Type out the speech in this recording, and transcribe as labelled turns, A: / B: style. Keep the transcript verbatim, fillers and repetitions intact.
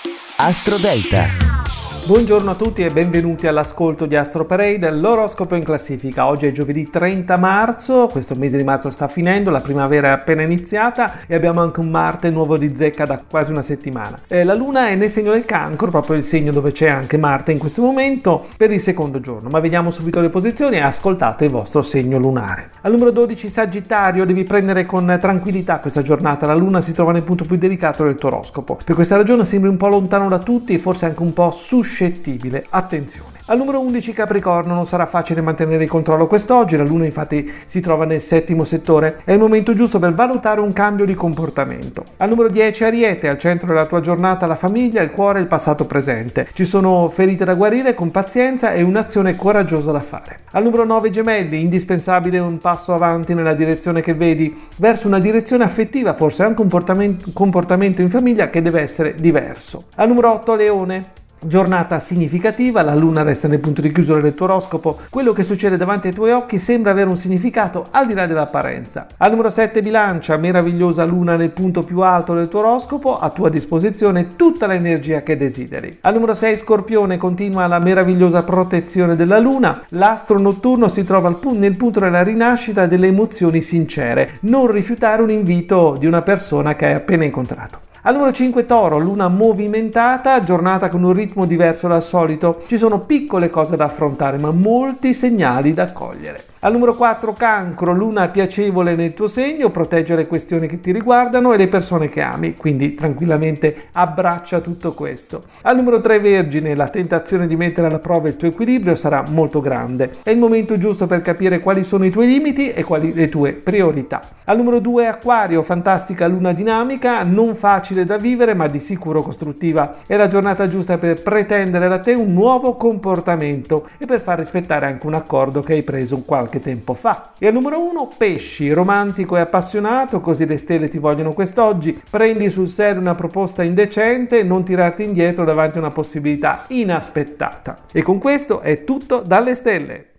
A: Astrodelta.
B: Buongiorno a tutti e benvenuti all'ascolto di Astro Parade, l'oroscopo in classifica. Oggi è giovedì trenta marzo, questo mese di marzo sta finendo, la primavera è appena iniziata e abbiamo anche un Marte nuovo di zecca da quasi una settimana. Eh, la Luna è nel segno del Cancro, proprio il segno dove c'è anche Marte in questo momento, per il secondo giorno. Ma vediamo subito le posizioni e ascoltate il vostro segno lunare. Al numero dodici Sagittario, devi prendere con tranquillità questa giornata, la Luna si trova nel punto più delicato del tuo oroscopo. Per questa ragione sembri un po' lontano da tutti e forse anche un po' suscettibile. Attenzione. Al numero undici Capricorno, non sarà facile mantenere il controllo quest'oggi, la Luna infatti si trova nel settimo settore, è il momento giusto per valutare un cambio di comportamento. Al numero dieci Ariete, al centro della tua giornata la famiglia, il cuore e il passato presente. Ci sono ferite da guarire con pazienza e un'azione coraggiosa da fare. Al numero nove Gemelli, indispensabile un passo avanti nella direzione che vedi, verso una direzione affettiva, forse anche un comportamento, comportamento in famiglia che deve essere diverso. Al numero otto Leone, giornata significativa, la Luna resta nel punto di chiusura del tuo oroscopo, quello che succede davanti ai tuoi occhi sembra avere un significato al di là dell'apparenza. Al numero sette Bilancia, meravigliosa Luna nel punto più alto del tuo oroscopo, a tua disposizione tutta l'energia che desideri. Al numero sei Scorpione, continua la meravigliosa protezione della Luna, l'astro notturno si trova al pu- nel punto della rinascita delle emozioni sincere, non rifiutare un invito di una persona che hai appena incontrato. Al numero cinque Toro, Luna movimentata, giornata con un ritmo diverso dal solito. Ci sono piccole cose da affrontare, ma molti segnali da cogliere. Al numero quattro Cancro, Luna piacevole nel tuo segno, protegge le questioni che ti riguardano e le persone che ami, quindi tranquillamente abbraccia tutto questo. Al numero tre Vergine, la tentazione di mettere alla prova il tuo equilibrio sarà molto grande. È il momento giusto per capire quali sono i tuoi limiti e quali le tue priorità. Al numero due Acquario, fantastica Luna dinamica, non facile da vivere ma di sicuro costruttiva. È la giornata giusta per pretendere da te un nuovo comportamento e per far rispettare anche un accordo che hai preso un qualche tempo fa. E al numero uno Pesci, romantico e appassionato, così le stelle ti vogliono quest'oggi. Prendi sul serio una proposta indecente e non tirarti indietro davanti a una possibilità inaspettata. E con questo è tutto dalle stelle.